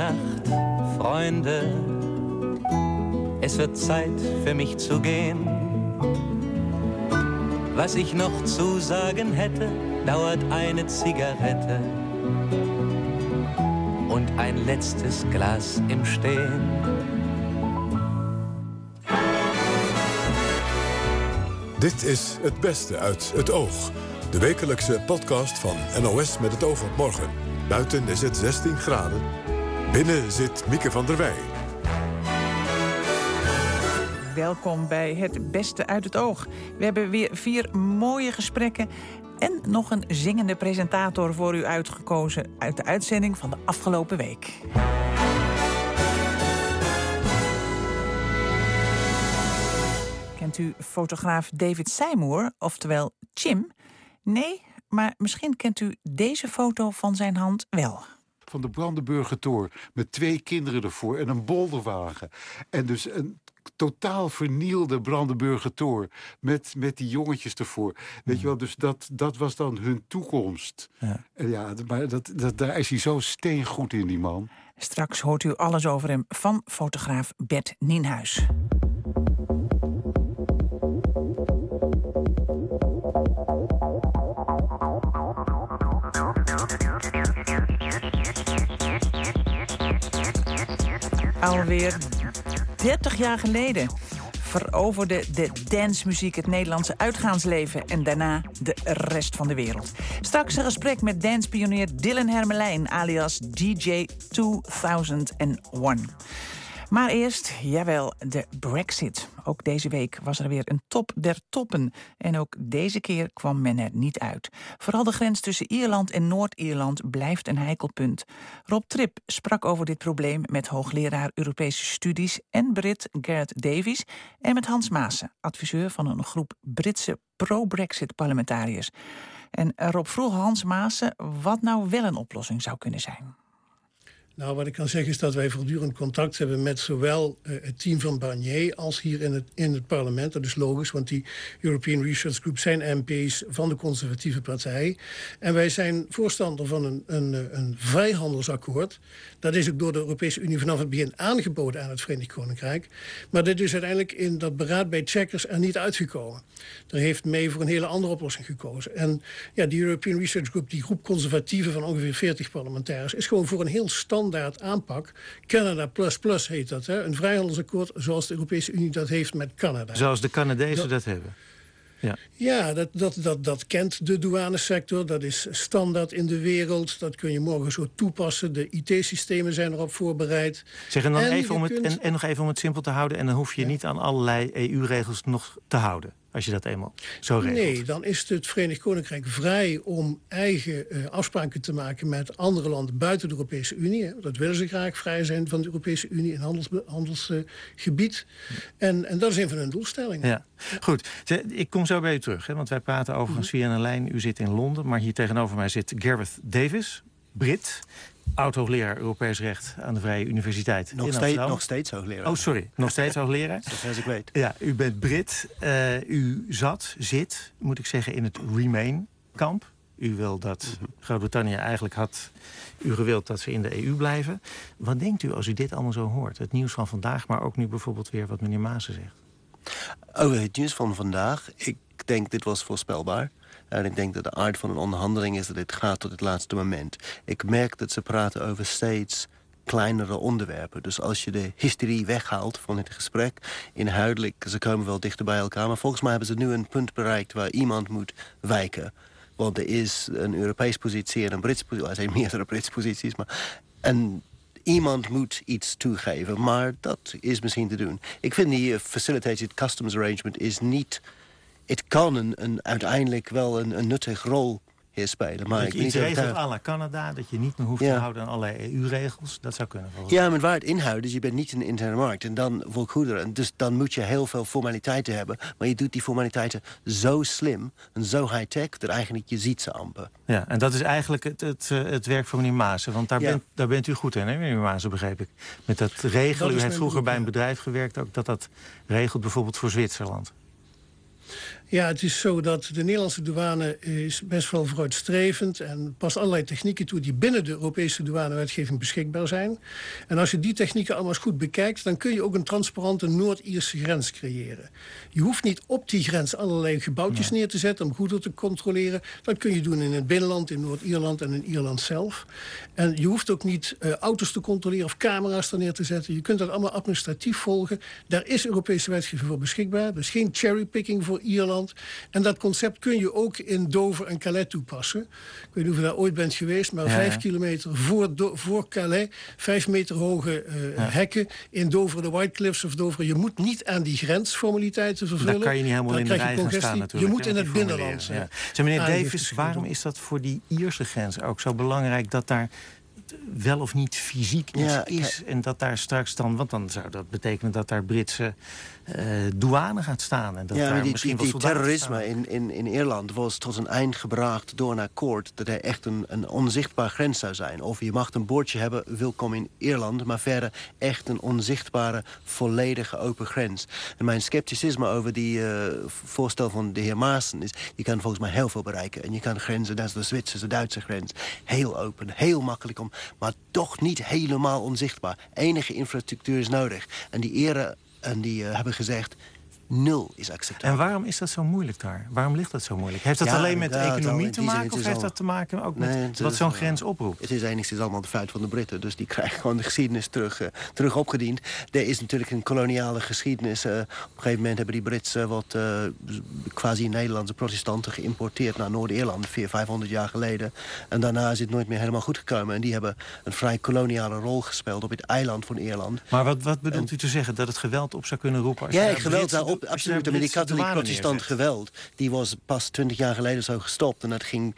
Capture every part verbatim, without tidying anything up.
Nacht, Freunde. Es wird Zeit für mich zu gehen. Was ich noch zu sagen hätte, dauert eine Zigarette und ein letztes Glas im Stehen. Dit is Het Beste uit het Oog. De wekelijkse podcast van N O S met het oog op morgen. Buiten is het zestien graden. Binnen zit Mieke van der Wij. Welkom bij Het Beste uit het Oog. We hebben weer vier mooie gesprekken en nog een zingende presentator voor u uitgekozen uit de uitzending van de afgelopen week. Kent u fotograaf David Seymour, oftewel Chim? Nee, maar misschien kent u deze foto van zijn hand wel. Van de Brandenburger Tor met twee kinderen ervoor en een bolderwagen. En dus een totaal vernielde Brandenburger Tor met, met die jongetjes ervoor. Weet je wel, dus dat, dat was dan hun toekomst. Ja, en ja, maar dat, dat, daar is hij zo steengoed in, die man. Straks hoort u alles over hem van fotograaf Bert Nienhuis. Alweer dertig jaar geleden veroverde de dancemuziek het Nederlandse uitgaansleven en daarna de rest van de wereld. Straks een gesprek met dancepionier Dylan Hermelijn alias D J tweeduizend één. Maar eerst, jawel, de Brexit. Ook deze week was er weer een top der toppen. En ook deze keer kwam men er niet uit. Vooral de grens tussen Ierland en Noord-Ierland blijft een heikel punt. Rob Tripp sprak over dit probleem met hoogleraar Europese studies en Brit Gareth Davies en met Hans Maassen, adviseur van een groep Britse pro-Brexit parlementariërs. En Rob vroeg Hans Maassen wat nou wel een oplossing zou kunnen zijn. Nou, wat ik kan zeggen is dat wij voortdurend contact hebben met zowel uh, het team van Barnier als hier in het, in het parlement. Dat is logisch, want die European Research Group zijn M P's van de conservatieve partij. En wij zijn voorstander van een, een, een vrijhandelsakkoord. Dat is ook door de Europese Unie vanaf het begin aangeboden aan het Verenigd Koninkrijk. Maar dit is uiteindelijk in dat beraad bij Chequers er niet uitgekomen. Daar heeft May voor een hele andere oplossing gekozen. En ja, die European Research Group, die groep conservatieven van ongeveer veertig parlementariërs, is gewoon voor een heel stand standaard aanpak. Canada plus plus heet dat. Hè? Een vrijhandelsakkoord zoals de Europese Unie dat heeft met Canada. Zoals de Canadezen dat, dat hebben. Ja, ja dat, dat, dat, dat kent de douanesector. Dat is standaard in de wereld. Dat kun je morgen zo toepassen. De I T-systemen zijn erop voorbereid. Zeg, en, dan en, even om het, kunt... en, en nog even om het simpel te houden. En dan hoef je ja. niet aan allerlei E U-regels nog te houden. Als je dat eenmaal zo regelt. Nee, dan is het Verenigd Koninkrijk vrij om eigen uh, afspraken te maken met andere landen buiten de Europese Unie. Hè. Dat willen ze graag, vrij zijn van de Europese Unie in handelsgebied. Handels, uh, en, en dat is een van hun doelstellingen. Ja. Goed, ik kom zo bij u terug. Hè, want wij praten overigens via een lijn. U zit in Londen, maar hier tegenover mij zit Gareth Davies, Brit. Oud-hoogleraar Europees Recht aan de Vrije Universiteit nog in steeds, Amsterdam. Nog steeds hoogleraar. Oh, sorry. Nog steeds hoogleraar. Zover als ik weet. Ja, u bent Brit. Uh, u zat, zit, moet ik zeggen, in het Remain-kamp. U wil dat mm-hmm. Groot-Brittannië eigenlijk had u gewild dat ze in de E U blijven. Wat denkt u als u dit allemaal zo hoort? Het nieuws van vandaag, maar ook nu bijvoorbeeld weer wat meneer Maassen zegt. Over het nieuws van vandaag. Ik denk dit was voorspelbaar. En ik denk dat de aard van een onderhandeling is dat dit gaat tot het laatste moment. Ik merk dat ze praten over steeds kleinere onderwerpen. Dus als je de hysterie weghaalt van het gesprek, inhoudelijk, ze komen wel dichter bij elkaar. Maar volgens mij hebben ze nu een punt bereikt waar iemand moet wijken. Want er is een Europese positie en een Britse positie. Er zijn meerdere Britse posities, maar... En iemand moet iets toegeven, maar dat is misschien te doen. Ik vind die uh, Facilitated Customs Arrangement is niet... Het kan een, een, uiteindelijk wel een, een nuttige rol hier spelen. Maar dat ik je iets niet regelt à la Canada, dat je niet meer hoeft ja. te houden aan allerlei E U-regels. Dat zou kunnen. Ja, maar waar het inhoudt is, je bent niet in de interne markt. En dan voor goederen. Dus dan moet je heel veel formaliteiten hebben. Maar je doet die formaliteiten zo slim en zo high-tech, dat eigenlijk je ziet ze amper. Ja, en dat is eigenlijk het, het, het werk van meneer Maassen. Want daar, ja. bent, daar bent u goed in, hè, meneer Maassen, begreep ik. Met dat regelen. Dat u heeft vroeger goed, bij een bedrijf gewerkt, ook dat dat regelt bijvoorbeeld voor Zwitserland. Ja, het is zo dat de Nederlandse douane is best wel vooruitstrevend en past allerlei technieken toe die binnen de Europese douanewetgeving beschikbaar zijn. En als je die technieken allemaal eens goed bekijkt, dan kun je ook een transparante Noord-Ierse grens creëren. Je hoeft niet op die grens allerlei gebouwtjes nee. neer te zetten om goederen te controleren. Dat kun je doen in het binnenland, in Noord-Ierland en in Ierland zelf. En je hoeft ook niet uh, auto's te controleren of camera's er neer te zetten. Je kunt dat allemaal administratief volgen. Daar is Europese wetgeving voor beschikbaar. Dus geen cherrypicking voor Ierland. En dat concept kun je ook in Dover en Calais toepassen. Ik weet niet of je daar ooit bent geweest, maar ja, vijf ja. kilometer voor, Do- voor Calais, vijf meter hoge uh, ja. hekken in Dover, de White Cliffs of Dover. Je moet niet aan die grensformaliteiten vervullen. Daar kan je niet helemaal dan in de rij gaan staan natuurlijk. Je moet in het binnenland. Ja. Zeg, meneer Davis, waarom is dat voor die Ierse grens ook zo belangrijk dat daar wel of niet fysiek iets ja, is en dat daar straks dan, want dan zou dat betekenen dat daar Britse uh, douane gaat staan en dat ja, daar die, misschien die, wel die terrorisme in, in, in Ierland was tot een eind gebracht door een akkoord dat er echt een, een onzichtbaar grens zou zijn. Of je mag een bordje hebben, welkom in Ierland, maar verder echt een onzichtbare, volledige open grens. En mijn scepticisme over die uh, voorstel van de heer Maassen is, je kan volgens mij heel veel bereiken en je kan grenzen, dat is de Zwitserse, Duitse grens, heel open, heel makkelijk om, maar toch niet helemaal onzichtbaar. Enige infrastructuur is nodig. En die eren en die uh, hebben gezegd, nul is acceptabel. En waarom is dat zo moeilijk daar? Waarom ligt dat zo moeilijk? Heeft dat ja, alleen met de economie te maken of heeft al... dat te maken ook met nee, wat zo'n grens oproept? Het is enigszins allemaal de fout van de Britten. Dus die krijgen gewoon de geschiedenis terug, uh, terug opgediend. Er is natuurlijk een koloniale geschiedenis. Uh, op een gegeven moment hebben die Britsen wat uh, quasi-Nederlandse protestanten geïmporteerd naar Noord-Ierland, vierhonderd, vijfhonderd jaar geleden. En daarna is het nooit meer helemaal goed gekomen. En die hebben een vrij koloniale rol gespeeld op het eiland van Ierland. Maar wat, wat bedoelt en... u te zeggen? Dat het geweld op zou kunnen roepen? Als ja, je geweld zou op, absoluut. Maar die katholiek-protestant geweld, die was pas twintig jaar geleden zo gestopt. En dat ging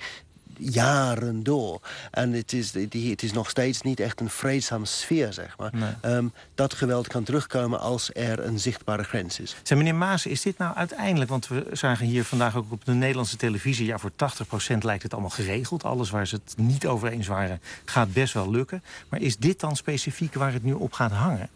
jaren door. En het is, die, het is nog steeds niet echt een vreedzame sfeer, zeg maar. Nee. Um, dat geweld kan terugkomen als er een zichtbare grens is. Zeg, meneer Maas, is dit nou uiteindelijk, want we zagen hier vandaag ook op de Nederlandse televisie, ja, voor tachtig procent lijkt het allemaal geregeld. Alles waar ze het niet over eens waren, gaat best wel lukken. Maar is dit dan specifiek waar het nu op gaat hangen?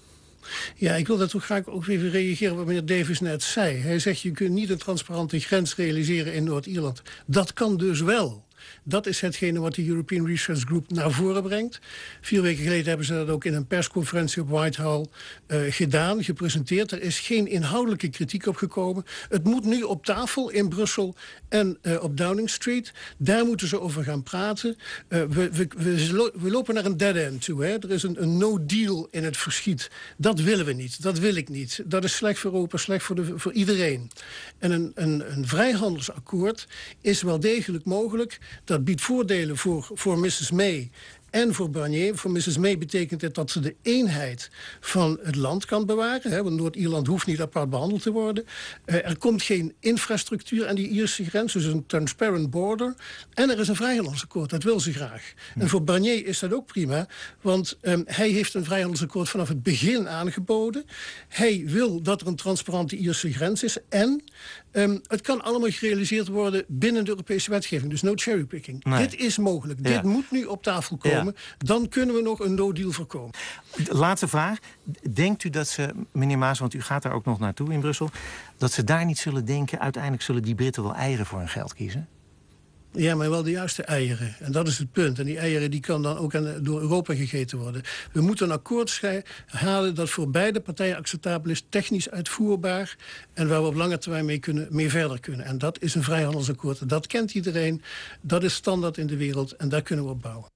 Ja, ik wil daar toch graag ook even reageren op wat meneer Davis net zei. Hij zegt, je kunt niet een transparante grens realiseren in Noord-Ierland. Dat kan dus wel. Dat is hetgene wat de European Research Group naar voren brengt. Vier weken geleden hebben ze dat ook in een persconferentie op Whitehall uh, gedaan, gepresenteerd. Er is geen inhoudelijke kritiek op gekomen. Het moet nu op tafel in Brussel en uh, op Downing Street. Daar moeten ze over gaan praten. Uh, we, we, we, we lopen naar een dead end toe. Hè. Er is een, een no-deal in het verschiet. Dat willen we niet. Dat wil ik niet. Dat is slecht voor Europa, slecht voor, de, voor iedereen. En een, een, een vrijhandelsakkoord is wel degelijk mogelijk. Dat biedt voordelen voor, voor missus May en voor Barnier. Voor missus May betekent het dat ze de eenheid van het land kan bewaren. Hè, want Noord-Ierland hoeft niet apart behandeld te worden. Uh, er komt geen infrastructuur aan die Ierse grens, dus een transparent border. En er is een vrijhandelsakkoord, dat wil ze graag. Ja. En voor Barnier is dat ook prima, want um, hij heeft een vrijhandelsakkoord vanaf het begin aangeboden. Hij wil dat er een transparante Ierse grens is en um, het kan allemaal gerealiseerd worden binnen de Europese wetgeving. Dus no cherrypicking. Nee. Dit is mogelijk. Ja. Dit moet nu op tafel komen. Ja. Dan kunnen we nog een no-deal voorkomen. Laatste vraag. Denkt u dat ze, meneer Maas, want u gaat daar ook nog naartoe in Brussel, dat ze daar niet zullen denken, uiteindelijk zullen die Britten wel eieren voor hun geld kiezen? Ja, maar wel de juiste eieren. En dat is het punt. En die eieren die kan dan ook aan, door Europa gegeten worden. We moeten een akkoord halen dat voor beide partijen acceptabel is, technisch uitvoerbaar en waar we op lange termijn mee, kunnen, mee verder kunnen. En dat is een vrijhandelsakkoord. Dat kent iedereen. Dat is standaard in de wereld en daar kunnen we op bouwen.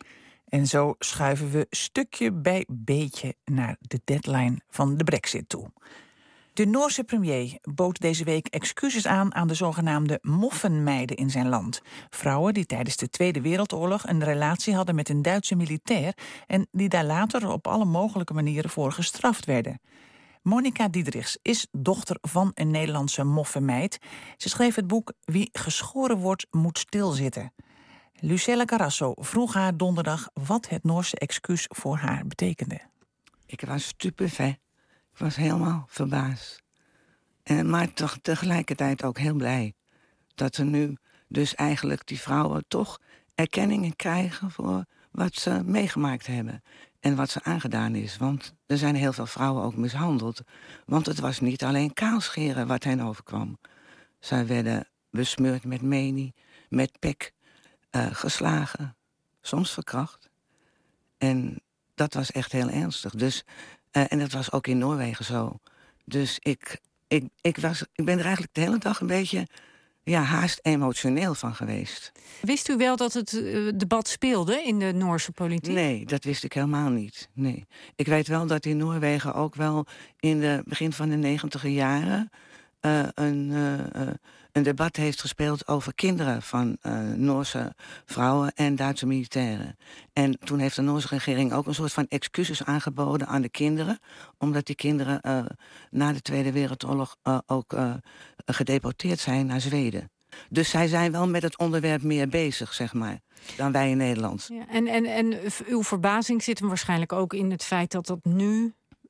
En zo schuiven we stukje bij beetje naar de deadline van de Brexit toe. De Noorse premier bood deze week excuses aan aan de zogenaamde moffenmeiden in zijn land. Vrouwen die tijdens de Tweede Wereldoorlog een relatie hadden met een Duitse militair en die daar later op alle mogelijke manieren voor gestraft werden. Monica Diedrichs is dochter van een Nederlandse moffenmeid. Ze schreef het boek Wie geschoren wordt, moet stilzitten. Lucella Carrasso vroeg haar donderdag wat het Noorse excuus voor haar betekende. Ik was stupefait. Ik was helemaal verbaasd. En, maar toch tegelijkertijd ook heel blij. Dat er nu dus eigenlijk die vrouwen toch erkenningen krijgen voor wat ze meegemaakt hebben. En wat ze aangedaan is. Want er zijn heel veel vrouwen ook mishandeld. Want het was niet alleen kaalscheren wat hen overkwam. Zij werden besmeurd met menie, met pek, uh, geslagen, soms verkracht. En dat was echt heel ernstig. Dus, uh, en dat was ook in Noorwegen zo. Dus ik, ik, ik, was, ik ben er eigenlijk de hele dag een beetje... ja, haast emotioneel van geweest. Wist u wel dat het uh, debat speelde in de Noorse politiek? Nee, dat wist ik helemaal niet. Nee. Ik weet wel dat in Noorwegen ook wel in het begin van de negentiger jaren... Uh, een, uh, uh, een debat heeft gespeeld over kinderen van uh, Noorse vrouwen en Duitse militairen. En toen heeft de Noorse regering ook een soort van excuses aangeboden aan de kinderen. Omdat die kinderen uh, na de Tweede Wereldoorlog uh, ook uh, gedeporteerd zijn naar Zweden. Dus zij zijn wel met het onderwerp meer bezig, zeg maar, dan wij in Nederland. Ja, en, en, en uw verbazing zit hem waarschijnlijk ook in het feit dat dat nu...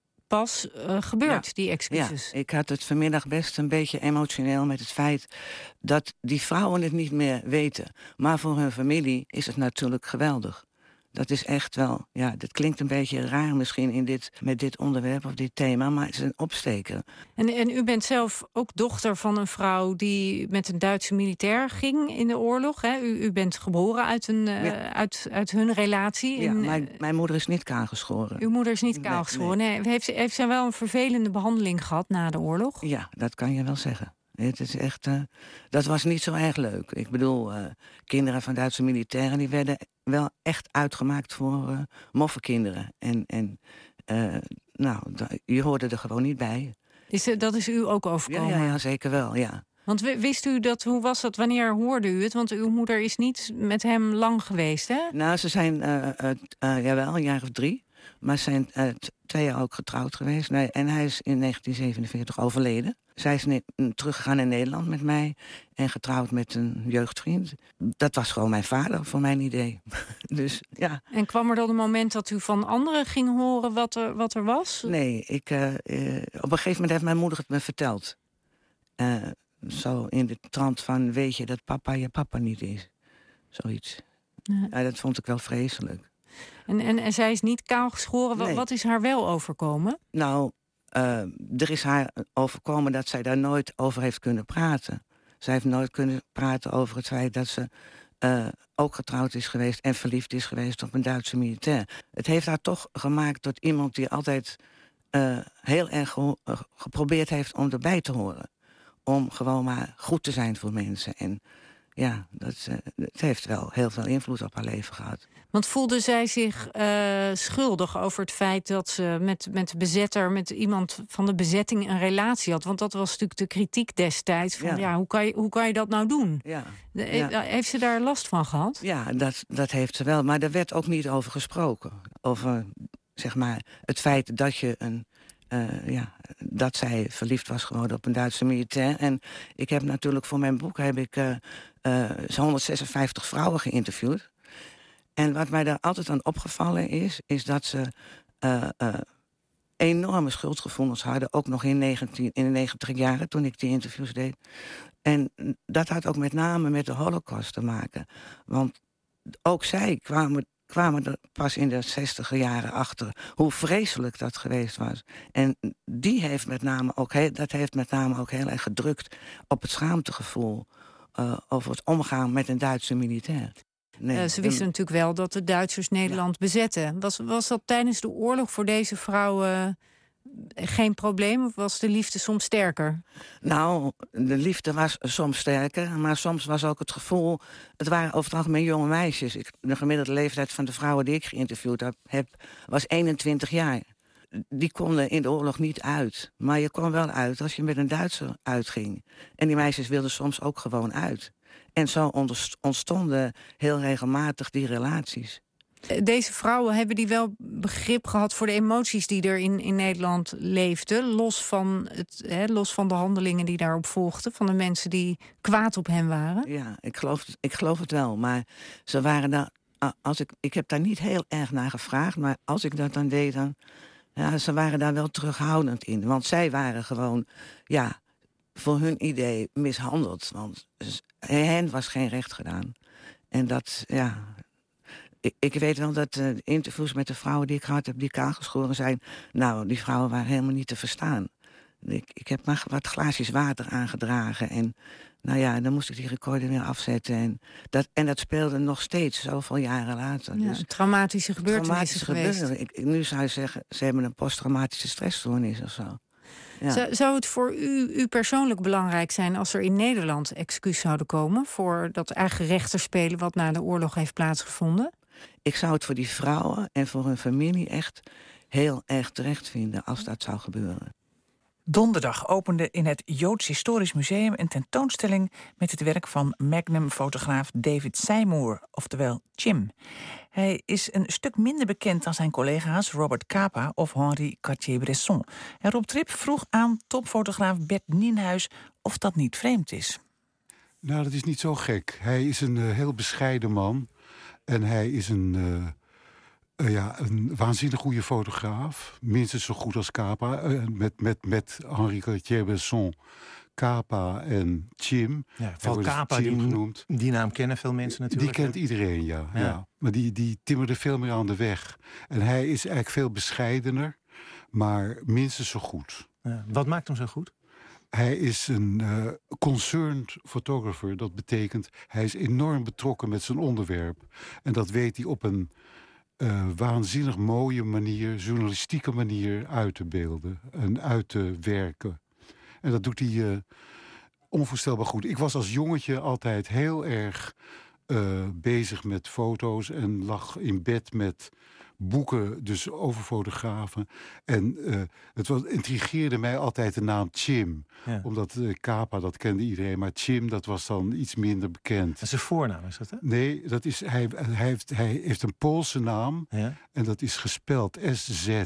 pas uh, gebeurt, ja. die excuses. Ja, ik had het vanmiddag best een beetje emotioneel met het feit... dat die vrouwen het niet meer weten. Maar voor hun familie is het natuurlijk geweldig. Dat is echt wel... ja, dat klinkt een beetje raar misschien in dit, met dit onderwerp of dit thema... maar het is een opsteker. En, en u bent zelf ook dochter van een vrouw... die met een Duitse militair ging in de oorlog. Hè? U, u bent geboren uit, een, uh, ja. uit, uit hun relatie. Ja, in, mijn, mijn moeder is niet kaalgeschoren. Uw moeder is niet kaalgeschoren. Nee, nee. Nee, heeft, heeft zij wel een vervelende behandeling gehad na de oorlog? Ja, dat kan je wel zeggen. Het is echt, uh, dat was niet zo erg leuk. Ik bedoel, uh, kinderen van Duitse militairen... die werden wel echt uitgemaakt voor uh, moffenkinderen. En, en uh, nou, je hoorde er gewoon niet bij. Is, uh, dat is u ook overkomen? Ja, ja, ja, zeker wel, ja. Want wist u dat, hoe was dat, wanneer hoorde u het? Want uw moeder is niet met hem lang geweest, hè? Nou, ze zijn, uh, uh, uh, jawel, een jaar of drie... maar ze zijn uh, twee jaar ook getrouwd geweest. Nee, en hij is in negentien zevenenveertig overleden. Zij is ne- teruggegaan in Nederland met mij... en getrouwd met een jeugdvriend. Dat was gewoon mijn vader, voor mijn idee. Dus, ja. En kwam er dan een moment dat u van anderen ging horen wat er, wat er was? Nee, ik, uh, uh, op een gegeven moment heeft mijn moeder het me verteld. Uh, zo in de trant van, weet je dat papa je papa niet is? Zoiets. Ja. Ja, dat vond ik wel vreselijk. En, en, en zij is niet kaalgeschoren. Nee. Wat is haar wel overkomen? Nou, uh, er is haar overkomen dat zij daar nooit over heeft kunnen praten. Zij heeft nooit kunnen praten over het feit dat ze uh, ook getrouwd is geweest... en verliefd is geweest op een Duitse militair. Het heeft haar toch gemaakt tot iemand die altijd uh, heel erg ge- uh, geprobeerd heeft om erbij te horen. Om gewoon maar goed te zijn voor mensen. En ja, dat, uh, dat heeft wel heel veel invloed op haar leven gehad. Want voelde zij zich uh, schuldig over het feit dat ze met, met de bezetter... met iemand van de bezetting een relatie had? Want dat was natuurlijk de kritiek destijds. Van, ja. Ja, hoe, kan je, hoe kan je dat nou doen? Ja. De, ja. Heeft ze daar last van gehad? Ja, dat, dat heeft ze wel. Maar daar werd ook niet over gesproken. Over, zeg maar, het feit dat je een... Uh, ja, dat zij verliefd was geworden op een Duitse militair. En ik heb natuurlijk voor mijn boek... heb ik uh, uh, honderdzesenvijftig vrouwen geïnterviewd. En wat mij daar altijd aan opgevallen is... is dat ze uh, uh, enorme schuldgevoelens hadden. Ook nog in, negentien, in de negentig jaren, toen ik die interviews deed. En dat had ook met name met de Holocaust te maken. Want ook zij kwamen... kwamen er pas in de zestiger jaren achter hoe vreselijk dat geweest was. En die heeft met name ook heel, dat heeft met name ook heel erg gedrukt op het schaamtegevoel uh, over het omgaan met een Duitse militair. Nee, uh, ze wisten en... natuurlijk wel dat de Duitsers Nederland ja. bezetten. Was, was dat tijdens de oorlog voor deze vrouwen geen probleem? Of was de liefde soms sterker? Nou, de liefde was soms sterker. Maar soms was ook het gevoel... Het waren over het algemeen jonge meisjes. Ik, de gemiddelde leeftijd van de vrouwen die ik geïnterviewd heb, heb... was eenentwintig jaar. Die konden in de oorlog niet uit. Maar je kon wel uit als je met een Duitser uitging. En die meisjes wilden soms ook gewoon uit. En zo ontstonden heel regelmatig die relaties. Deze vrouwen, hebben die wel begrip gehad voor de emoties die er in, in Nederland leefden? Los van, het, hè, los van de handelingen die daarop volgden, van de mensen die kwaad op hen waren? Ja, ik geloof, ik geloof het wel. Maar ze waren daar, als ik, ik heb daar niet heel erg naar gevraagd, maar als ik dat dan deed, dan, ja, ze waren daar wel terughoudend in. Want zij waren gewoon, ja, voor hun idee mishandeld. Want hen was geen recht gedaan. En dat, ja... Ik, ik weet wel dat uh, de interviews met de vrouwen die ik gehad heb... die kaalgeschoren zijn... nou, die vrouwen waren helemaal niet te verstaan. ik, ik heb maar wat glaasjes water aangedragen. En nou ja, dan moest ik die recorder weer afzetten. En dat, en dat speelde nog steeds, zoveel jaren later. Ja, dus, traumatische gebeurtenissen traumatische geweest. Ik, ik, nu zou je zeggen, ze hebben een posttraumatische stressstoornis of zo. Ja. Zou, zou het voor u, u persoonlijk belangrijk zijn als er in Nederland excuus zouden komen voor dat eigen rechterspelen wat na de oorlog heeft plaatsgevonden? Ik zou het voor die vrouwen en voor hun familie echt heel erg terecht vinden als dat zou gebeuren. Donderdag opende in het Joods Historisch Museum een tentoonstelling met het werk van Magnum-fotograaf David Seymour, oftewel Chim. Hij is een stuk minder bekend dan zijn collega's Robert Capa of Henri Cartier-Bresson. En Rob Trip vroeg aan topfotograaf Bert Nienhuis of dat niet vreemd is. Nou, dat is niet zo gek. Hij is een uh, heel bescheiden man. En hij is een, uh, uh, ja, een waanzinnig goede fotograaf. Minstens zo goed als Capa. Uh, met, met, met Henri Cartier-Bresson, Capa en Chim. Ja, van Capa, die, genoemd. die naam kennen veel mensen natuurlijk. Die kent iedereen, ja. ja. ja. Maar die, die timmerde veel meer aan de weg. En hij is eigenlijk veel bescheidener, maar minstens zo goed. Ja. Wat maakt hem zo goed? Hij is een uh, concerned photographer. Dat betekent, hij is enorm betrokken met zijn onderwerp. En dat weet hij op een uh, waanzinnig mooie manier, journalistieke manier uit te beelden en uit te werken. En dat doet hij uh, onvoorstelbaar goed. Ik was als jongetje altijd heel erg uh, bezig met foto's en lag in bed met boeken dus over fotografen. En uh, het was, intrigeerde mij altijd de naam Chim. Ja. Omdat uh, Capa, dat kende iedereen. Maar Chim, dat was dan iets minder bekend. Dat is een voornaam, is dat hè? Nee, dat is, hij, hij, heeft, hij heeft een Poolse naam. Ja. En dat is gespeld S Z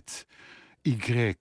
Y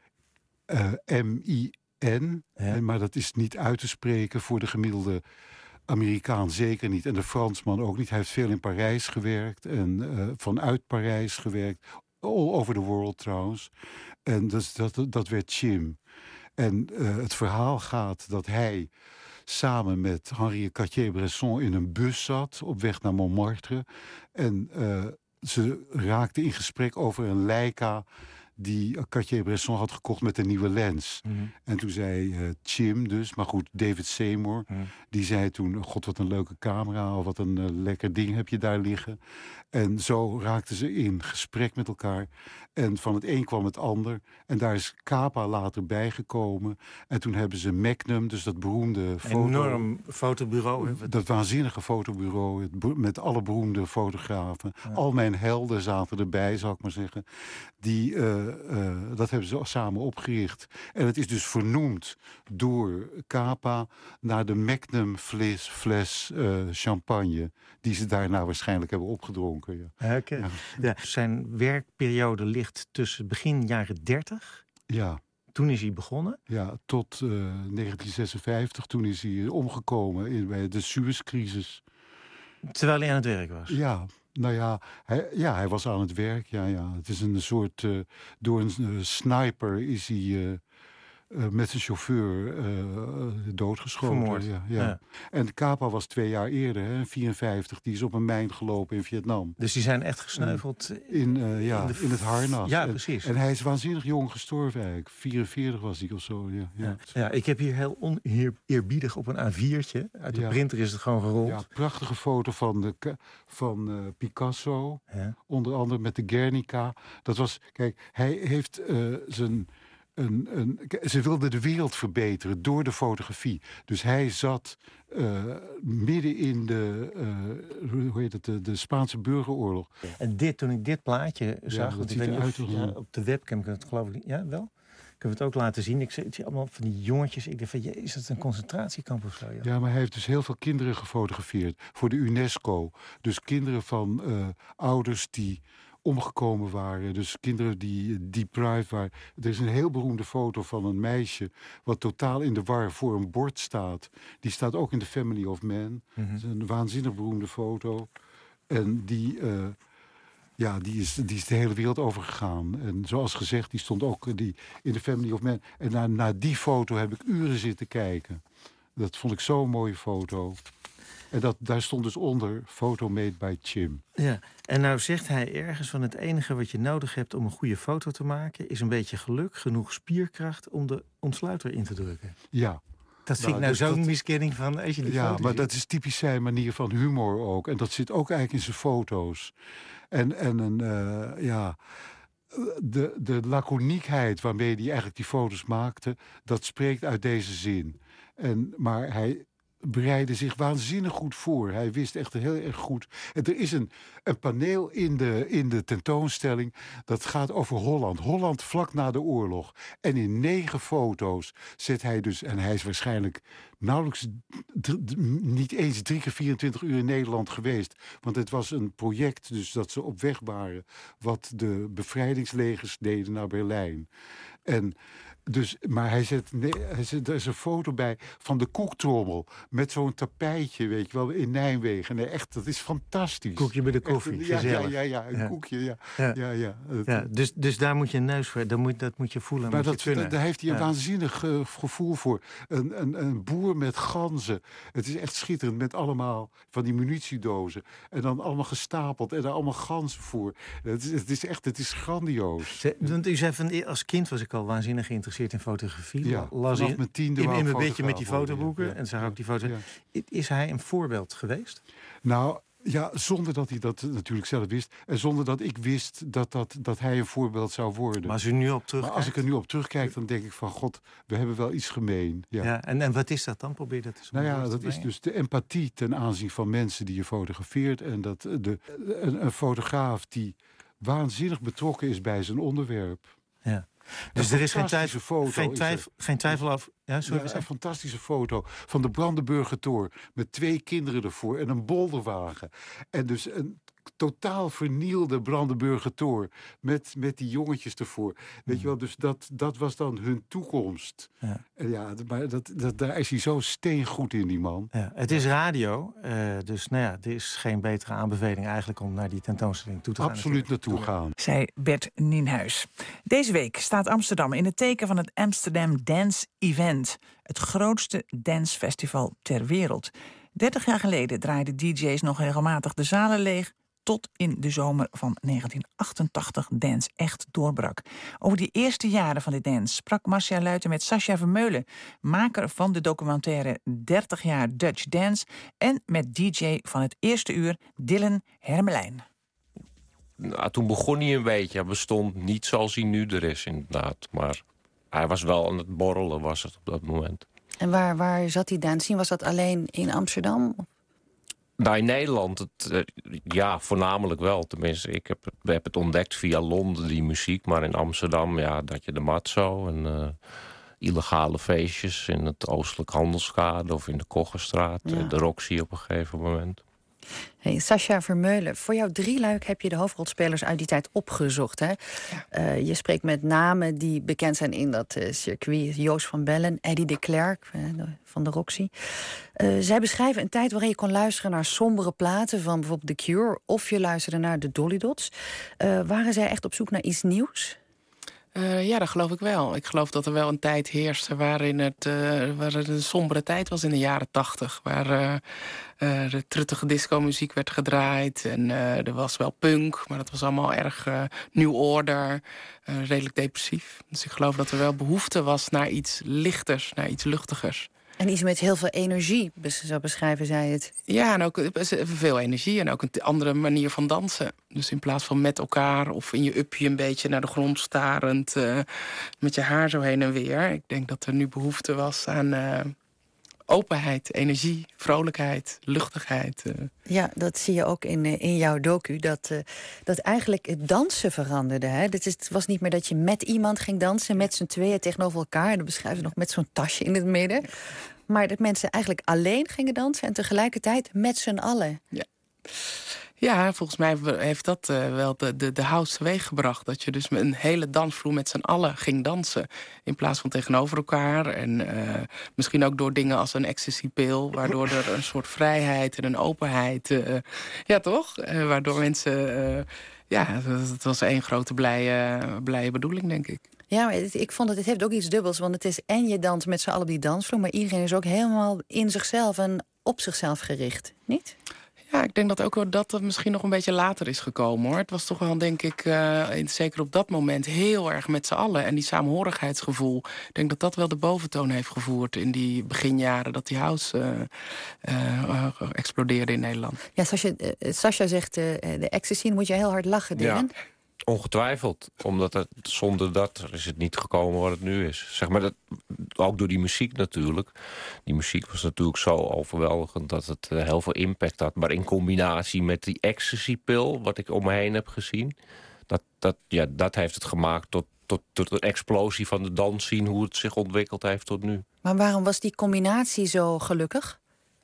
M I N. Ja. Maar dat is niet uit te spreken voor de gemiddelde Amerikaan zeker niet. En de Fransman ook niet. Hij heeft veel in Parijs gewerkt. En uh, vanuit Parijs gewerkt. All over the world trouwens. En dus dat, dat werd Chim. En uh, het verhaal gaat dat hij samen met Henri Cartier-Bresson in een bus zat op weg naar Montmartre. En uh, ze raakten in gesprek over een Leica die Cartier-Bresson had gekocht met een nieuwe lens. Mm-hmm. En toen zei uh, Chim dus, maar goed, David Seymour, mm. die zei toen, god wat een leuke camera, of wat een uh, lekker ding heb je daar liggen. En zo raakten ze in gesprek met elkaar. En van het een kwam het ander. En daar is Capa later bijgekomen. En toen hebben ze Magnum, dus dat beroemde foto... enorm fotobureau. Dat waanzinnige fotobureau, het, met alle beroemde fotografen. Ja. Al mijn helden zaten erbij, zou ik maar zeggen. Die, uh, uh, dat hebben ze samen opgericht. En het is dus vernoemd door Capa naar de Magnum fles, fles uh, champagne, die ze daarna waarschijnlijk hebben opgedronken. Ja. Okay. Ja. Ja. Zijn werkperiode ligt tussen begin jaren dertig. Ja. Toen is hij begonnen. Ja, tot uh, negentien zesenvijftig. Toen is hij omgekomen in, bij de Suezcrisis. Terwijl hij aan het werk was? Ja. Nou ja hij, ja, hij was aan het werk. Ja, ja. Het is een soort... Uh, door een uh, sniper is hij... Uh, Uh, met zijn chauffeur uh, doodgeschoten. Vermoord. Ja, ja. Ja. En Capa was twee jaar eerder, hè, vierenvijftig. Die is op een mijn gelopen in Vietnam. Dus die zijn echt gesneuveld in, uh, ja, in, de... in het harnas. Ja, precies. En, en hij is waanzinnig jong gestorven eigenlijk. vierenveertig was hij of zo. Ja, ja. Ja. Ja, ik heb hier heel oneerbiedig op een A viertje. Uit de ja. printer is het gewoon gerold. Ja, prachtige foto van, de, van uh, Picasso. Ja. Onder andere met de Guernica. Dat was, kijk, hij heeft uh, zijn... Een, een, ze wilden de wereld verbeteren door de fotografie. Dus hij zat uh, midden in de, uh, hoe heet het, de, de Spaanse burgeroorlog. En dit, toen ik dit plaatje zag, ja, dat ik weet niet of, ja, op de webcam, kan het geloof ik niet. Ja, wel? Kunnen we het ook laten zien. Ik zie, ik zie allemaal van die jongetjes. Ik dacht van, je, is dat een concentratiekamp of zo? Ja? Ja, maar hij heeft dus heel veel kinderen gefotografeerd voor de UNESCO. Dus kinderen van uh, ouders die omgekomen waren. Dus kinderen die deprived waren. Er is een heel beroemde foto van een meisje wat totaal in de war voor een bord staat. Die staat ook in The Family of Man. Mm-hmm. Dat is een waanzinnig beroemde foto. En die, uh, ja, die, is, die is de hele wereld overgegaan. En zoals gezegd, die stond ook die, in The Family of Man. En naar, naar die foto heb ik uren zitten kijken. Dat vond ik zo'n mooie foto. En dat, daar stond dus onder, photo made by Chim. Ja, en nou zegt hij ergens van het enige wat je nodig hebt om een goede foto te maken... is een beetje geluk, genoeg spierkracht om de ontsluiter in te drukken. Ja. Dat vind nou, ik nou zo'n miskenning van als je die Ja, foto maar ziet. dat is typisch zijn manier van humor ook. En dat zit ook eigenlijk in zijn foto's. En, en een, uh, ja... De, de laconiekheid waarmee hij eigenlijk die foto's maakte... dat spreekt uit deze zin. En, maar hij bereidde zich waanzinnig goed voor. Hij wist echt heel erg goed. En er is een, een paneel in de, in de tentoonstelling... dat gaat over Holland. Holland vlak na de oorlog. En in negen foto's zet hij dus... en hij is waarschijnlijk nauwelijks... D- d- niet eens drie keer vierentwintig uur in Nederland geweest. Want het was een project dus dat ze op weg waren... wat de bevrijdingslegers deden naar Berlijn. En... Dus, maar hij zet, nee, hij zet, er is een foto bij van de koektrommel... met zo'n tapijtje, weet je wel, in Nijmegen. Nee, echt, dat is fantastisch. Koekje bij de koffie, echt, ja, ja, gezellig. ja, ja, een ja. koekje, ja. ja. ja, ja, dat, ja dus, dus daar moet je een neus voor, dat moet, dat moet je voelen. maar moet dat, je kunnen. dat, daar heeft hij een ja. waanzinnig uh, gevoel voor. Een, een, een boer met ganzen. Het is echt schitterend, met allemaal van die munitiedozen. En dan allemaal gestapeld en daar allemaal ganzen voor. Het is, het is echt, het is grandioos. Ze, want u zei van, als kind was ik al waanzinnig geïnteresseerd in fotografie. Ja, las vanaf in, mijn tiende in, wou in ik mijn bedje met fotograaf die fotoboeken. worden, ja. En zag ook die foto's. Ja. Is hij een voorbeeld geweest? Nou, ja, zonder dat hij dat natuurlijk zelf wist. En zonder dat ik wist dat, dat, dat hij een voorbeeld zou worden. Maar als u nu op terugkijkt... Maar als ik er nu op terugkijk, dan denk ik van... God, we hebben wel iets gemeen. Ja. Ja, en, en wat is dat dan? Probeer dat eens Nou ja, te dat brengen. is dus de empathie ten aanzien van mensen die je fotografeert. En dat de, een, een fotograaf die waanzinnig betrokken is bij zijn onderwerp. Ja. Dus er is geen, twijfel, foto geen, twijfel, geen twijfel over... Ja, sorry, ja, een fantastische foto van de Brandenburger Tor... met twee kinderen ervoor en een bolderwagen. En dus een totaal vernielde Brandenburger Tor... met, met die jongetjes ervoor. Weet je wel, dus dat, dat was dan hun toekomst. Ja. En ja, maar dat, dat, daar is hij zo steengoed in, die man. Ja, het is radio, uh, dus nou ja, er is geen betere aanbeveling eigenlijk... om naar die tentoonstelling toe te gaan. Absoluut naartoe gaan. Zei Bert Nienhuis. Deze week staat Amsterdam in het teken van het Amsterdam Dance Event. Het grootste dancefestival ter wereld. dertig jaar geleden draaiden D J's nog regelmatig de zalen leeg... tot in de zomer van negentien achtentachtig dance echt doorbrak. Over die eerste jaren van de dance sprak Marcia Luiten met Sascha Vermeulen... maker van de documentaire dertig jaar Dutch Dance... en met D J van het eerste uur, Dylan Hermelijn. Nou, toen begon hij een beetje. Hij bestond niet zoals hij nu er is, inderdaad. Maar hij was wel aan het borrelen, was het op dat moment. En waar, waar zat die dance scene? Was dat alleen in Amsterdam? Nou, in Nederland, het, uh, ja, voornamelijk wel. Tenminste, ik heb, heb het ontdekt via Londen, die muziek. Maar in Amsterdam, ja, dat je de Matzo en uh, illegale feestjes... in het Oostelijk Handelskade of in de Koggenstraat. Ja. De Roxy op een gegeven moment. Hey, Sascha Vermeulen, voor jouw drieluik heb je de hoofdrolspelers uit die tijd opgezocht. Hè? Ja. Uh, je spreekt met namen die bekend zijn in dat uh, circuit. Joost van Bellen, Eddie de Klerk uh, van de Roxy. Uh, zij beschrijven een tijd waarin je kon luisteren naar sombere platen... van bijvoorbeeld The Cure, of je luisterde naar de Dolly Dots. Uh, waren zij echt op zoek naar iets nieuws? Uh, ja, dat geloof ik wel. Ik geloof dat er wel een tijd heerste waarin het, uh, waar het een sombere tijd was in de jaren tachtig. Waar uh, uh, de truttige disco-muziek werd gedraaid. En uh, er was wel punk, maar dat was allemaal erg uh, New Order. Uh, redelijk depressief. Dus ik geloof dat er wel behoefte was naar iets lichters, naar iets luchtigers. En iets met heel veel energie, zo beschrijven zij het. Ja, en ook veel energie en ook een andere manier van dansen. Dus in plaats van met elkaar of in je upje een beetje naar de grond starend... Uh, met je haar zo heen en weer. Ik denk dat er nu behoefte was aan uh, openheid, energie, vrolijkheid, luchtigheid. Uh. Ja, dat zie je ook in, in jouw docu. Dat, uh, dat eigenlijk het dansen veranderde. Hè? Het, is, het was niet meer dat je met iemand ging dansen, met z'n tweeën tegenover elkaar. En dan beschrijven ze nog met zo'n tasje in het midden. Maar dat mensen eigenlijk alleen gingen dansen en tegelijkertijd met z'n allen. Ja. Ja, volgens mij heeft dat uh, wel de, de, de house teweeggebracht. Dat je dus met een hele dansvloer met z'n allen ging dansen. In plaats van tegenover elkaar. En uh, misschien ook door dingen als een ecstasy-pil. Waardoor er een soort vrijheid en een openheid... Uh, ja, toch? Uh, waardoor mensen... Uh, ja, het was één grote blije, blije bedoeling, denk ik. Ja, maar het, ik vond dat het heeft ook iets dubbels. Want het is en je danst met z'n allen op die dansvloer... maar iedereen is ook helemaal in zichzelf en op zichzelf gericht, niet? Ja, ik denk dat ook wel dat het misschien nog een beetje later is gekomen, hoor. Het was toch wel, denk ik, uh, zeker op dat moment heel erg met z'n allen. En die samenhorigheidsgevoel, ik denk dat dat wel de boventoon heeft gevoerd in die beginjaren dat die house uh, uh, uh, explodeerde in Nederland. Ja, zoals je, uh, Sascha zegt, uh, de ecstasy, moet je heel hard lachen, Dylan. Ja. Ongetwijfeld, omdat het, zonder dat is het niet gekomen wat het nu is. Zeg maar dat, ook door die muziek natuurlijk. Die muziek was natuurlijk zo overweldigend dat het uh, heel veel impact had. Maar in combinatie met die ecstasy-pil, wat ik om me heen heb gezien... dat, dat, ja, dat heeft het gemaakt tot, tot, tot een explosie van de dansscene... hoe het zich ontwikkeld heeft tot nu. Maar waarom was die combinatie zo gelukkig?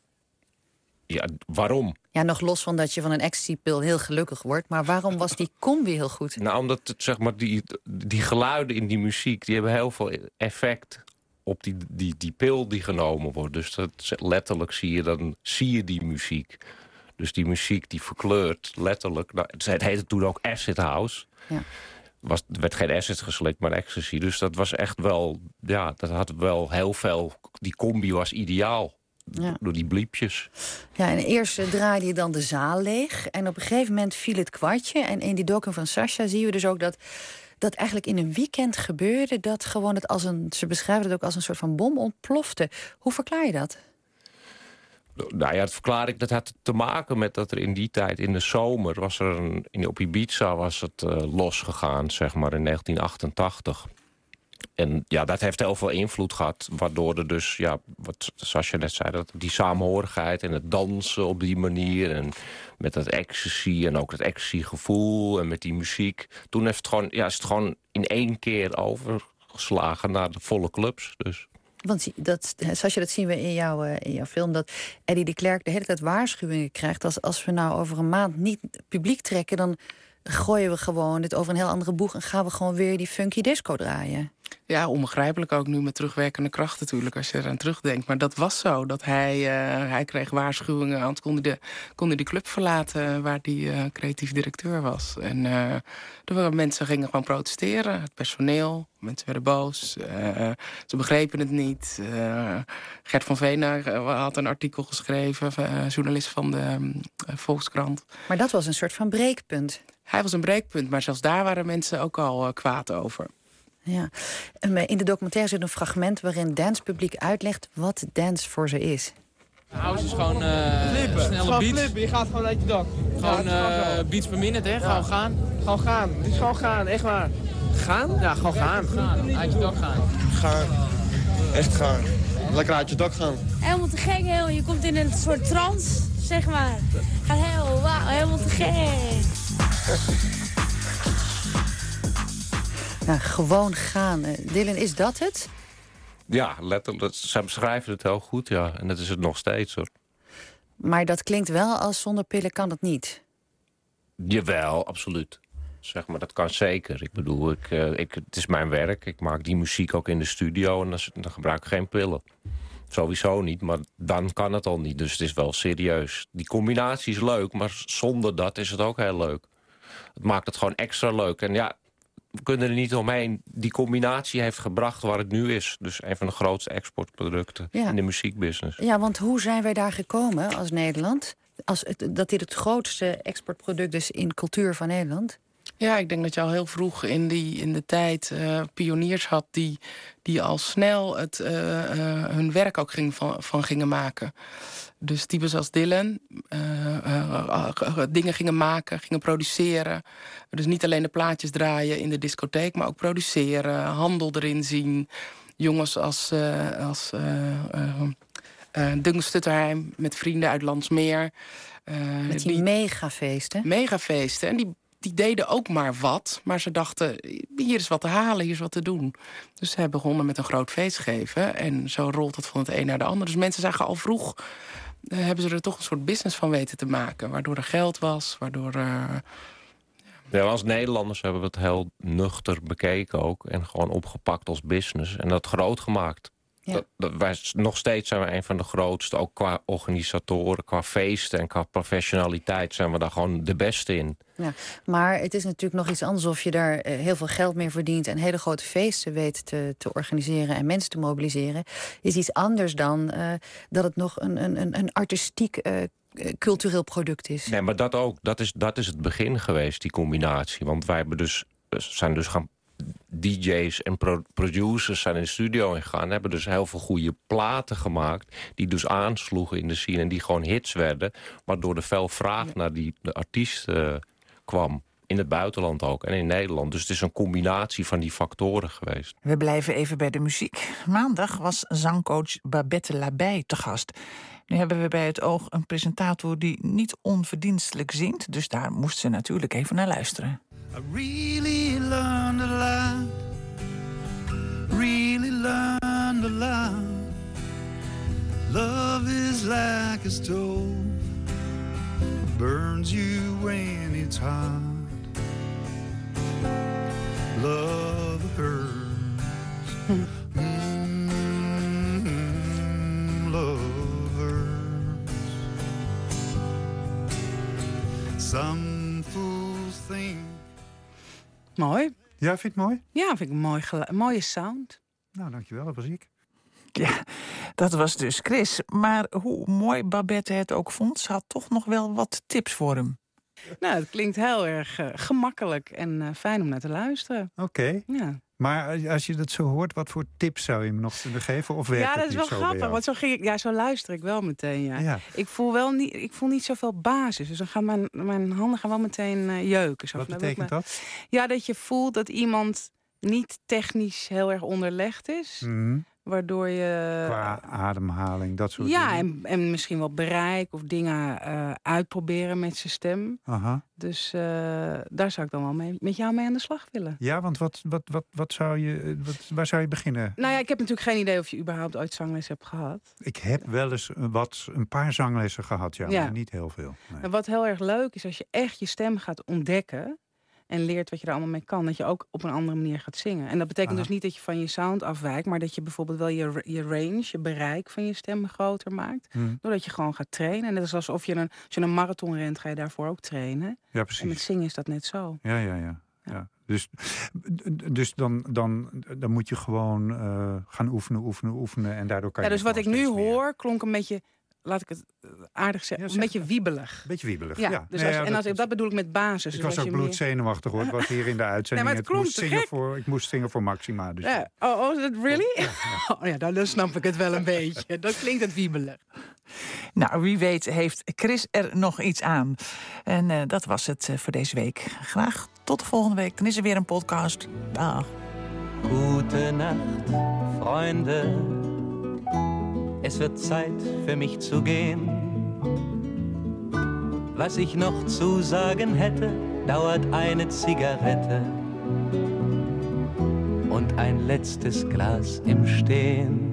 Ja, waarom? Ja, nog los van dat je van een ecstasy-pil heel gelukkig wordt. Maar waarom was die combi heel goed? Nou, omdat het, zeg maar, die, die geluiden in die muziek... die hebben heel veel effect op die, die, die pil die genomen wordt. Dus dat, letterlijk zie je dan zie je die muziek. Dus die muziek die verkleurt letterlijk... Nou, het heette toen ook acid house. Ja. Was, er werd geen acid geslikt, maar ecstasy. Dus dat was echt wel... Ja, dat had wel heel veel... Die combi was ideaal. Ja. Door die bliepjes. Ja, en eerst uh, draaide je dan de zaal leeg. En op een gegeven moment viel het kwartje. En in die docu van Sascha zien we dus ook dat... dat eigenlijk in een weekend gebeurde... dat gewoon het als een... ze beschrijven het ook als een soort van bom ontplofte. Hoe verklaar je dat? Nou ja, dat verklaar ik. Dat had te maken met dat er in die tijd, in de zomer... was er een, in, op Ibiza was het uh, losgegaan, zeg maar, in negentien achtentachtig... En ja, dat heeft heel veel invloed gehad. Waardoor er dus, ja, wat zoals je net zei... Dat die samenhorigheid en het dansen op die manier... en met dat ecstasy en ook het ecstasy-gevoel... en met die muziek. Toen heeft het gewoon, ja, is het gewoon in één keer overgeslagen naar de volle clubs. Dus. Want dat, zoals je dat zien we in jouw, in jouw film... dat Eddie de Klerk de hele tijd waarschuwingen krijgt... als, als we nou over een maand niet publiek trekken... dan gooien we gewoon dit over een heel andere boeg... en gaan we gewoon weer die funky disco draaien. Ja, onbegrijpelijk ook nu met terugwerkende kracht natuurlijk... als je eraan terugdenkt. Maar dat was zo, dat hij, uh, hij kreeg waarschuwingen... anders kon hij de, kon hij de club verlaten waar hij uh, creatief directeur was. En uh, er waren mensen gingen gewoon protesteren. Het personeel, mensen werden boos. Uh, ze begrepen het niet. Uh, Gert van Veener had een artikel geschreven... Uh, journalist van de uh, Volkskrant. Maar dat was een soort van breekpunt. Hij was een breekpunt, maar zelfs daar waren mensen ook al uh, kwaad over. Ja. In de documentaire zit een fragment waarin dancepubliek uitlegt wat dance voor ze is. House is gewoon uh, flippen. snelle gewoon beats. Flippen. Je gaat gewoon uit je dak. Gewoon ja, uh, beats per minute, hè? Ja. Gewoon gaan. Gewoon gaan. Het is gewoon gaan, echt waar. Gaan? Ja, gewoon gaan. gaan. Uit je dak gaan. Gaan. Echt gaan. Lekker uit je dak gaan. Helemaal te gek, heel. Je komt in een soort trance, zeg maar. Gaat heel, wauw, helemaal te gek. Nou, gewoon gaan. Dylan, is dat het? Ja, letterlijk. Zij beschrijven het heel goed, ja. En dat is het nog steeds, hoor. Maar dat klinkt wel als zonder pillen kan het niet. Jawel, absoluut. Zeg maar, dat kan zeker. Ik bedoel, ik, uh, ik, het is mijn werk. Ik maak die muziek ook in de studio en dan, dan gebruik ik geen pillen. Sowieso niet, maar dan kan het al niet. Dus het is wel serieus. Die combinatie is leuk, maar zonder dat is het ook heel leuk. Het maakt het gewoon extra leuk. En ja, we kunnen er niet omheen. Die combinatie heeft gebracht waar het nu is. Dus een van de grootste exportproducten ja. in de muziekbusiness. Ja, want hoe zijn wij daar gekomen als Nederland? Als het, dat dit het grootste exportproduct is in cultuur van Nederland? Ja, ik denk dat je al heel vroeg in, die, in de tijd uh, pioniers had... die, die al snel het, uh, uh, hun werk ook ging van, van gingen maken. Dus types als Dylan uh, uh, uh, dingen gingen maken, gingen produceren. Dus niet alleen de plaatjes draaien in de discotheek... maar ook produceren, handel erin zien. Jongens als, uh, als uh, uh, uh, Duncan Stutterheim met vrienden uit Landsmeer. Uh, met die, die megafeesten? Megafeesten. En die Die deden ook maar wat, maar ze dachten, hier is wat te halen, hier is wat te doen. Dus zij begonnen met een groot feest geven en zo rolt het van het een naar de ander. Dus mensen zagen al vroeg, uh, hebben ze er toch een soort business van weten te maken. Waardoor er geld was, waardoor... Uh, ja, als Nederlanders hebben we het heel nuchter bekeken ook en gewoon opgepakt als business en dat groot gemaakt. Ja. Dat, dat, wij, nog steeds zijn we een van de grootste, ook qua organisatoren, qua feesten en qua professionaliteit zijn we daar gewoon de beste in. Ja, maar het is natuurlijk nog iets anders of je daar heel veel geld mee verdient en hele grote feesten weet te, te organiseren en mensen te mobiliseren. Is iets anders dan uh, dat het nog een, een, een artistiek uh, cultureel product is. Nee, maar dat ook. Dat is, dat is het begin geweest, die combinatie. Want wij hebben dus, zijn dus gaan D J's en pro- producers zijn in de studio ingegaan, hebben dus heel veel goede platen gemaakt die dus aansloegen in de scene en die gewoon hits werden, waardoor er veel vraag ja. naar die de artiesten uh, kwam. In het buitenland ook en in Nederland. Dus het is een combinatie van die factoren geweest. We blijven even bij de muziek. Maandag was zangcoach Babette Labij te gast. Nu hebben we bij Het Oog een presentator die niet onverdienstelijk zingt. Dus daar moest ze natuurlijk even naar luisteren. I really learned a lot. Really learned a lot. Love is like a stove. Burns you when it's hot. Love hurts. Mm-hmm. Love hurts. Some fools think. Mooi. Ja, vind je het mooi? Ja, vind ik een mooi gelu- mooie sound. Nou, dankjewel, dat was ik. Ja, dat was dus Chris. Maar hoe mooi Babette het ook vond, ze had toch nog wel wat tips voor hem. Nou, het klinkt heel erg uh, gemakkelijk en uh, fijn om naar te luisteren. Oké. Okay. Ja. Maar als je dat zo hoort, wat voor tips zou je me nog kunnen geven? Of werkt ja, dat het is niet wel zo grappig. Want zo, ging ik, ja, zo luister ik wel meteen. Ja. Ja. Ik voel wel niet, ik voel niet zoveel basis. Dus dan gaan mijn, mijn handen gaan wel meteen uh, jeuken. Zo, wat van, betekent me, dat? Ja, dat je voelt dat iemand niet technisch heel erg onderlegd is. Mm-hmm. Waardoor je... Qua ademhaling, dat soort ja, dingen. Ja, en, en misschien wel bereik of dingen uh, uitproberen met zijn stem. Aha. Dus uh, daar zou ik dan wel mee, met jou mee aan de slag willen. Ja, want wat, wat, wat, wat zou je, wat, waar zou je beginnen? Nou ja, ik heb natuurlijk geen idee of je überhaupt ooit zangles hebt gehad. Ik heb wel eens wat, een paar zanglessen gehad, ja, ja. Maar niet heel veel. Nee. En wat heel erg leuk is, als je echt je stem gaat ontdekken en leert wat je er allemaal mee kan, dat je ook op een andere manier gaat zingen. En dat betekent Aha. dus niet dat je van je sound afwijkt, maar dat je bijvoorbeeld wel je, je range, je bereik van je stem groter maakt. Hmm. Doordat je gewoon gaat trainen. En dat is alsof je een, als je een marathon rent, ga je daarvoor ook trainen. Ja, precies. En met zingen is dat net zo. Ja, ja, ja. ja. ja. Dus, dus dan, dan, dan moet je gewoon uh, gaan oefenen, oefenen, oefenen. En daardoor kan ja, je dus wat ik nu meer. hoor, klonk een beetje, laat ik het aardig zeggen, ja, zeg, een beetje wiebelig. Beetje wiebelig, ja. ja. Dus nee, als, ja en als, dat, dat bedoel ik met basis. Ik dus was ook bloedzenuwachtig hoor. Het was hier in de uitzending. Nee, maar het het moest zingen gek. voor, ik moest zingen voor Maxima. Dus ja. Oh, oh, that really? Ja, ja. Oh, ja, dan, dan snap ik het wel een beetje. Dan klinkt het wiebelig. Nou, wie weet heeft Chris er nog iets aan. En uh, dat was het uh, voor deze week. Graag tot de volgende week. Dan is er weer een podcast. Dag. Gute Nacht, Freunde. Es wird Zeit für mich zu gehen. Was ich noch zu sagen hätte, dauert eine Zigarette und ein letztes Glas im Stehen.